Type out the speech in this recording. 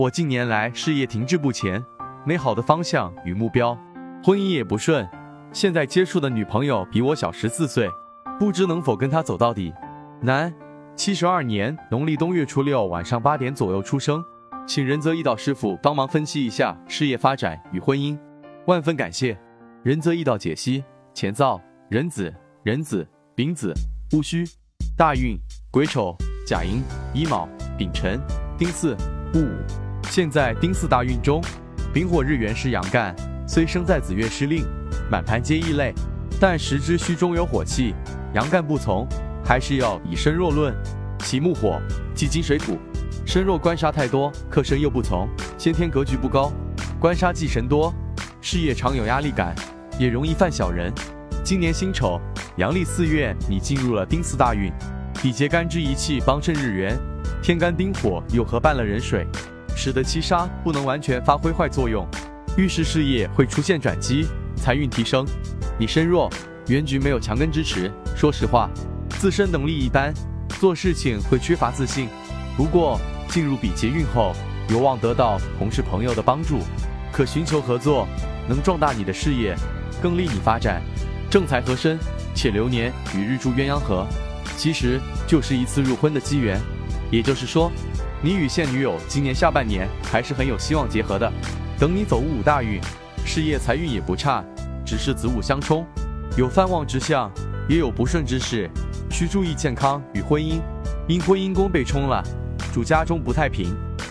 我近年来事业停滞不前，没好的方向与目标，婚姻也不顺。现在接触的女朋友比我小14岁，不知能否跟她走到底。男，72年农历冬月初6晚上8点左右出生，请仁泽易道师傅帮忙分析一下事业发展与婚姻，万分感谢。仁泽易道解析：乾燥、壬子、丙子、戊戌。大运：癸丑、甲寅、乙卯、丙辰、丁巳、戊午。现在丁巳大运中，丙火日元是阳干，虽生在子月失令，满盘皆异类，但时之戌中有火气，阳干不从，还是要以身弱论。其木火，忌金水土，身弱官杀太多，克身又不从，先天格局不高，官杀忌神多，事业常有压力感，也容易犯小人。今年辛丑，阳历4月，你进入了丁巳大运，比劫干支一气帮衬日元，天干丁火又合伴了壬水，使得七杀不能完全发挥坏作用，预示事业会出现转机，财运提升。你身弱，原局没有强根支持，说实话，自身能力一般，做事情会缺乏自信。不过进入比劫运后，有望得到同事朋友的帮助，可寻求合作，能壮大你的事业，更利你发展。正财合身，且流年与日柱鸳鸯合，其实就是一次入婚的机缘。也就是说，你与现女友今年下半年还是很有希望结合的。等你走戊午大运，事业财运也不差，只是子午相冲，有藩旺之象，也有不顺之事，需注意健康与婚姻。因婚姻宫被冲了，主家中不太平。